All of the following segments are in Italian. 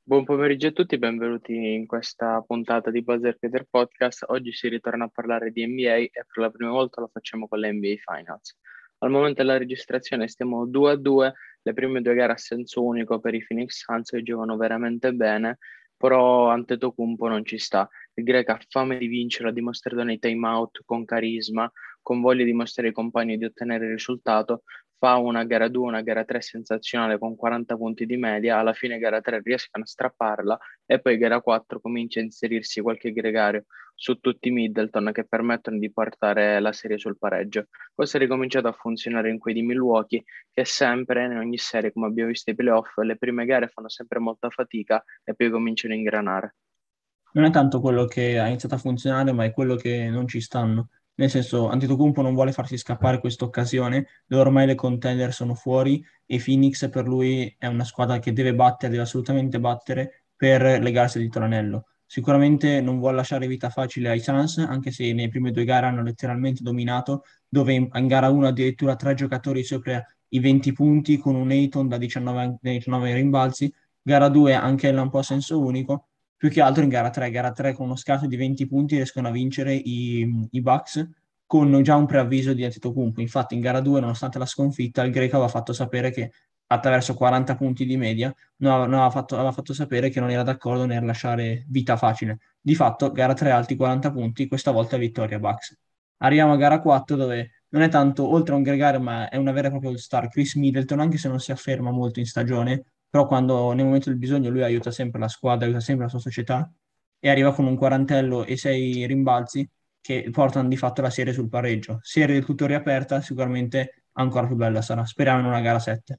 Buon pomeriggio a tutti, benvenuti in questa puntata di Buzzer Beater Podcast. Oggi si ritorna a parlare di NBA e per la prima volta lo facciamo con le NBA Finals. Al momento della registrazione stiamo 2-2, le prime due gare a senso unico per i Phoenix Suns che giocano veramente bene, però Antetokounmpo non ci sta. Il greco ha fame di vincere, ha dimostrato nei time-out con carisma, con voglia di mostrare ai compagni di ottenere il risultato. Fa una gara 2, una gara 3 sensazionale con 40 punti di media, alla fine gara 3 riescono a strapparla e poi gara 4 comincia a inserirsi qualche gregario su tutti i Middleton che permettono di portare la serie sul pareggio. Questo è ricominciato a funzionare in quei di Milwaukee che sempre, in ogni serie, come abbiamo visto ai playoff, le prime gare fanno sempre molta fatica e poi cominciano a ingranare. Non è tanto quello che ha iniziato a funzionare, ma è quello che non ci stanno. Nel senso, Antetokounmpo non vuole farsi scappare questa occasione, dove ormai le contender sono fuori e Phoenix per lui è una squadra che deve battere, deve assolutamente battere per legarsi al titolo anello. Sicuramente non vuole lasciare vita facile ai Suns, anche se nelle prime due gare hanno letteralmente dominato, dove in gara 1 addirittura tre giocatori sopra i 20 punti con un Ayton da 19 rimbalzi, gara 2 anche ella un po' a senso unico più che altro in gara 3 con uno scarto di 20 punti riescono a vincere i Bucks con già un preavviso di Antetokounmpo. Infatti in gara 2, nonostante la sconfitta, il greco aveva fatto sapere che attraverso 40 punti di media aveva fatto sapere che non era d'accordo nel lasciare vita facile. Di fatto, gara 3 alti 40 punti, questa volta vittoria Bucks. Arriviamo a gara 4 dove non è tanto oltre a un gregario, ma è una vera e propria all-star. Chris Middleton, anche se non si afferma molto in stagione, però quando nel momento del bisogno lui aiuta sempre la squadra, aiuta sempre la sua società e arriva con un quarantello e sei rimbalzi che portano di fatto la serie sul pareggio. Serie del tutto riaperta, sicuramente ancora più bella sarà. Speriamo in una gara 7.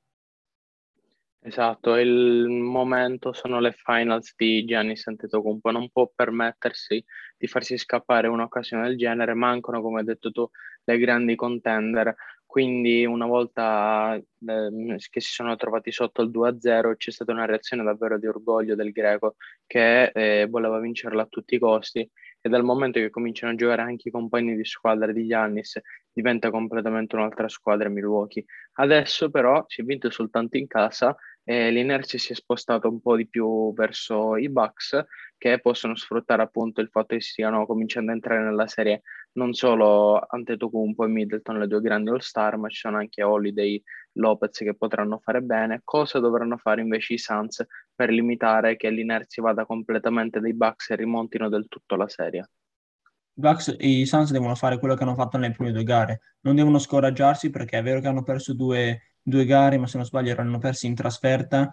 Esatto, il momento sono le finals di Giannis Antetokounmpo, non può permettersi di farsi scappare un'occasione del genere, mancano, come hai detto tu, le grandi contender, quindi una volta che si sono trovati sotto il 2-0 c'è stata una reazione davvero di orgoglio del greco che voleva vincerla a tutti i costi e dal momento che cominciano a giocare anche i compagni di squadra di Giannis diventa completamente un'altra squadra Milwaukee. Adesso però si è vinto soltanto in casa e l'inerzia si è spostata un po' di più verso i Bucks che possono sfruttare appunto il fatto che stiano cominciando a entrare nella serie non solo Antetokounmpo e Middleton, le due grandi all-star, ma ci sono anche Holiday, Lopez che potranno fare bene. Cosa dovranno fare invece i Suns per limitare che l'inerzia vada completamente dai Bucks e rimontino del tutto la serie? I Suns devono fare quello che hanno fatto nelle prime due gare, non devono scoraggiarsi perché è vero che hanno perso due gare, ma se non sbaglio erano persi in trasferta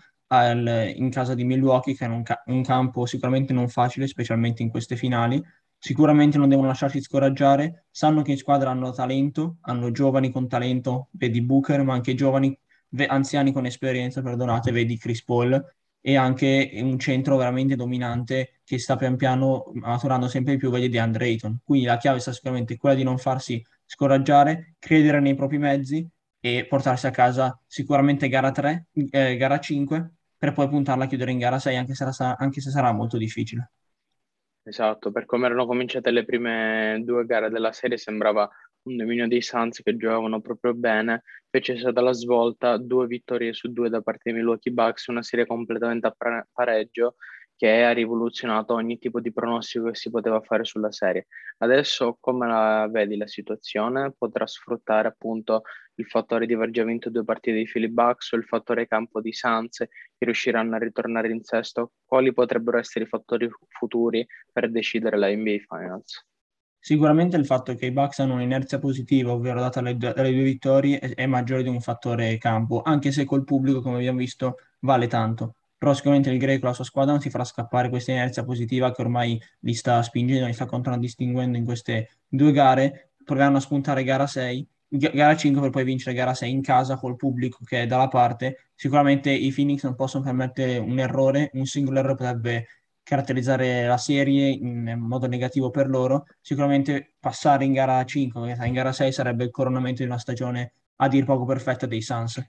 in casa di Milwaukee, che è un campo sicuramente non facile, specialmente in queste finali. Sicuramente non devono lasciarsi scoraggiare, sanno che in squadra hanno talento, hanno giovani con talento, vedi Booker, ma anche giovani, anziani con esperienza, perdonate, vedi Chris Paul e anche un centro veramente dominante che sta pian piano maturando sempre di più, vedi di Andre Ayton. Quindi la chiave sta sicuramente quella di non farsi scoraggiare, credere nei propri mezzi e portarsi a casa sicuramente gara 3, gara 5, per poi puntarla a chiudere in gara 6, anche se sarà molto difficile. Esatto, per come erano cominciate le prime due gare della serie sembrava un dominio dei Suns che giocavano proprio bene, poi c'è stata la svolta, due vittorie su due da parte dei Milwaukee Bucks, una serie completamente a pareggio che ha rivoluzionato ogni tipo di pronostico che si poteva fare sulla serie. Adesso come la vedi la situazione? Potrà sfruttare appunto il fattore di aver già vinto due partite di Philly Bucks o il fattore campo di Suns che riusciranno a ritornare in sesto? Quali potrebbero essere i fattori futuri per decidere la NBA Finals? Sicuramente il fatto che i Bucks hanno un'inerzia positiva, ovvero data dalle due vittorie, è maggiore di un fattore campo, anche se col pubblico, come abbiamo visto, vale tanto. Però sicuramente il Greco, la sua squadra, non si farà scappare questa inerzia positiva che ormai li sta spingendo, li sta contraddistinguendo in queste due gare. Proveranno a spuntare gara 6, gara 5 per poi vincere gara 6 in casa col pubblico che è dalla parte. Sicuramente i Phoenix non possono permettere un errore, un singolo errore potrebbe caratterizzare la serie in modo negativo per loro. Sicuramente passare in gara 5, perché sai, in gara 6 sarebbe il coronamento di una stagione a dir poco perfetta dei Suns.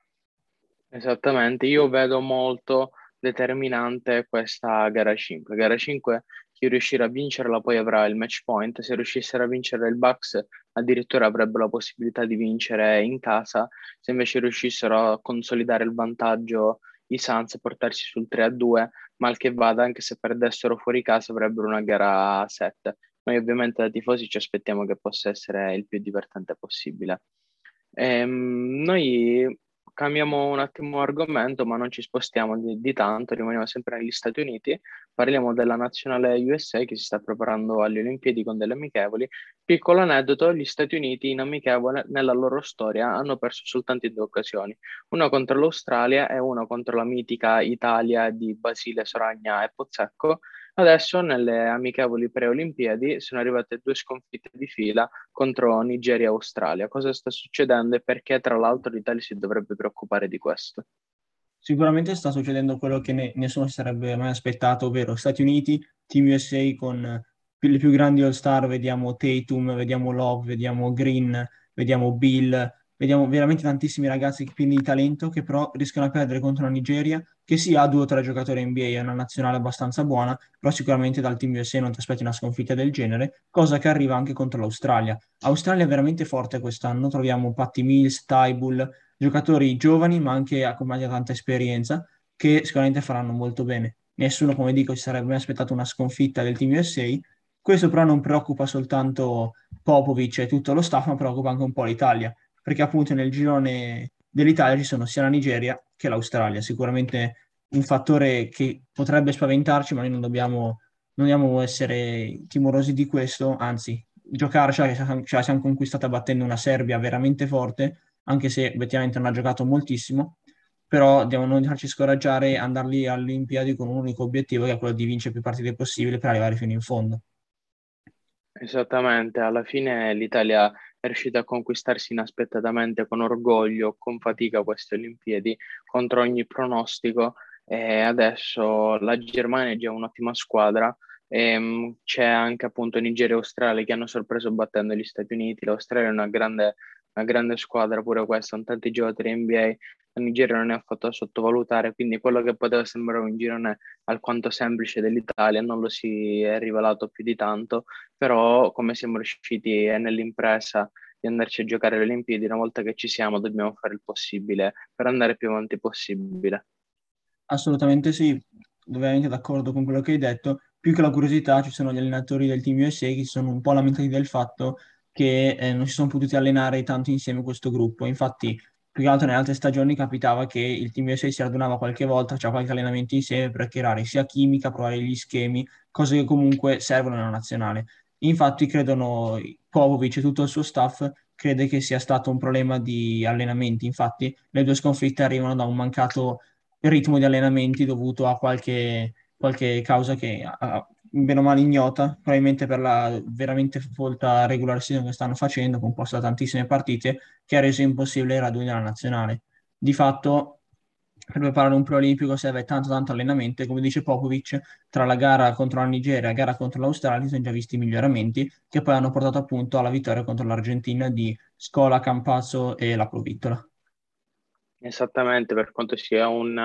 Esattamente, io vedo molto determinante questa gara 5. Gara 5, chi riuscirà a vincerla poi avrà il match point, se riuscissero a vincere il Bucks addirittura avrebbero la possibilità di vincere in casa, se invece riuscissero a consolidare il vantaggio i Suns e portarsi sul 3-2 mal che vada, anche se perdessero fuori casa, avrebbero una gara a 7. Noi ovviamente da tifosi ci aspettiamo che possa essere il più divertente possibile. Noi cambiamo un attimo argomento, ma non ci spostiamo di tanto, rimaniamo sempre negli Stati Uniti. Parliamo della nazionale USA che si sta preparando alle Olimpiadi con delle amichevoli. Piccolo aneddoto, gli Stati Uniti in amichevole nella loro storia hanno perso soltanto in 2 occasioni, una contro l'Australia e una contro la mitica Italia di Basile, Soragna e Pozzecco. Adesso nelle amichevoli pre-Olimpiadi sono arrivate 2 sconfitte di fila contro Nigeria e Australia. Cosa sta succedendo e perché tra l'altro l'Italia si dovrebbe preoccupare di questo? Sicuramente sta succedendo quello che nessuno si sarebbe mai aspettato, ovvero Stati Uniti, Team USA con le più grandi all-star, vediamo Tatum, vediamo Love, vediamo Green, vediamo Bill, vediamo veramente tantissimi ragazzi pieni di talento che però rischiano di perdere contro la Nigeria, che sì ha 2 o 3 giocatori NBA, è una nazionale abbastanza buona, però sicuramente dal Team USA non ti aspetti una sconfitta del genere, cosa che arriva anche contro l'Australia. Australia è veramente forte quest'anno, troviamo Patty Mills, Tybull, giocatori giovani ma anche accompagnati da tanta esperienza che sicuramente faranno molto bene. Nessuno, come dico, si sarebbe mai aspettato una sconfitta del Team USA. Questo però non preoccupa soltanto Popovic e tutto lo staff, ma preoccupa anche un po' l'Italia, perché appunto nel girone dell'Italia ci sono sia la Nigeria che l'Australia. Sicuramente un fattore che potrebbe spaventarci, ma noi non dobbiamo essere timorosi di questo, anzi, giocarcela, che ce la siamo conquistata battendo una Serbia veramente forte anche se obiettivamente non ha giocato moltissimo, però devono non farci scoraggiare e andare lì alle Olimpiadi con un unico obiettivo che è quello di vincere più partite possibile per arrivare fino in fondo. Esattamente, alla fine l'Italia è riuscita a conquistarsi inaspettatamente con orgoglio, con fatica queste Olimpiadi, contro ogni pronostico e adesso la Germania è già un'ottima squadra. C'è anche appunto Nigeria e Australia che hanno sorpreso battendo gli Stati Uniti. L'Australia è una grande squadra pure questa, con tanti giocatori NBA. La Nigeria non è affatto da sottovalutare, quindi quello che poteva sembrare un girone alquanto semplice dell'Italia non lo si è rivelato più di tanto, però come siamo riusciti nell'impresa di andarci a giocare alle Olimpiadi, una volta che ci siamo dobbiamo fare il possibile per andare più avanti possibile. Assolutamente sì, ovviamente d'accordo con quello che hai detto. Più che la curiosità, ci sono gli allenatori del Team USA che si sono un po' lamentati del fatto che non si sono potuti allenare tanto insieme questo gruppo. Infatti, più che altro nelle altre stagioni capitava che il Team USA si radunava qualche volta, c'era qualche allenamento insieme per creare sia chimica, provare gli schemi, cose che comunque servono nella nazionale. Infatti, credono Popovic e tutto il suo staff crede che sia stato un problema di allenamenti. Infatti, le 2 sconfitte arrivano da un mancato ritmo di allenamenti dovuto a qualche causa che bene o male ignota, probabilmente per la veramente folta regular season che stanno facendo, composta da tantissime partite, che ha reso impossibile i raduni della nazionale. Di fatto, per preparare un preolimpico serve tanto allenamento e come dice Popovic, tra la gara contro la Nigeria e la gara contro l'Australia si sono già visti miglioramenti che poi hanno portato appunto alla vittoria contro l'Argentina di Scola, Campazzo e la Provittola. Esattamente, per quanto sia un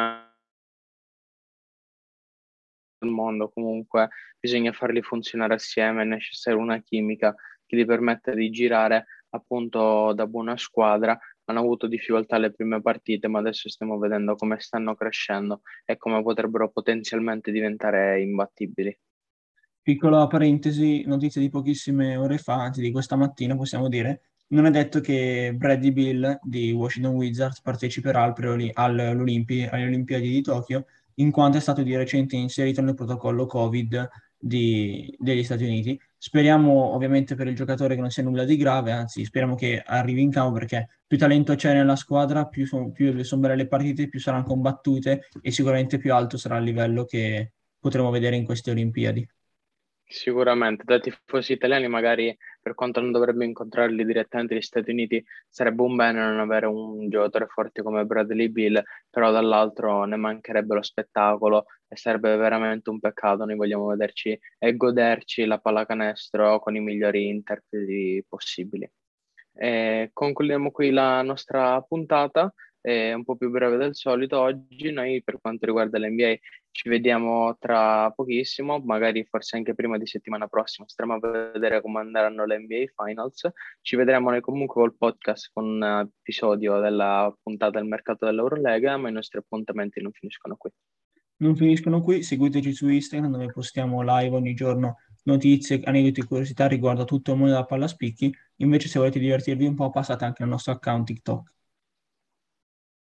al mondo, comunque bisogna farli funzionare assieme, è necessaria una chimica che gli permetta di girare appunto da buona squadra. Hanno avuto difficoltà alle prime partite, ma adesso stiamo vedendo come stanno crescendo e come potrebbero potenzialmente diventare imbattibili. Piccola parentesi, notizia di pochissime ore fa, anzi di questa mattina possiamo dire, non è detto che Bradley Beal di Washington Wizards parteciperà alle Olimpiadi di Tokyo, in quanto è stato di recente inserito nel protocollo Covid degli Stati Uniti. Speriamo ovviamente per il giocatore che non sia nulla di grave, anzi speriamo che arrivi in campo perché più talento c'è nella squadra, più sono belle le partite, più saranno combattute e sicuramente più alto sarà il livello che potremo vedere in queste Olimpiadi. Sicuramente, da tifosi italiani, magari per quanto non dovrebbe incontrarli direttamente gli Stati Uniti, sarebbe un bene non avere un giocatore forte come Bradley Beal, però dall'altro ne mancherebbe lo spettacolo e sarebbe veramente un peccato. Noi vogliamo vederci e goderci la pallacanestro con i migliori interpreti possibili. Concludiamo qui la nostra puntata, un po' più breve del solito oggi. Noi per quanto riguarda l'NBA ci vediamo tra pochissimo, magari forse anche prima di settimana prossima. Staremo a vedere come andranno le NBA Finals. Ci vedremo noi comunque col podcast con un episodio della puntata del mercato dell'Eurolega, ma i nostri appuntamenti non finiscono qui. non finiscono qui, seguiteci su Instagram dove postiamo live ogni giorno notizie, aneddoti e curiosità riguardo a tutto il mondo della palla a spicchi. Invece se volete divertirvi un po' passate anche al nostro account TikTok.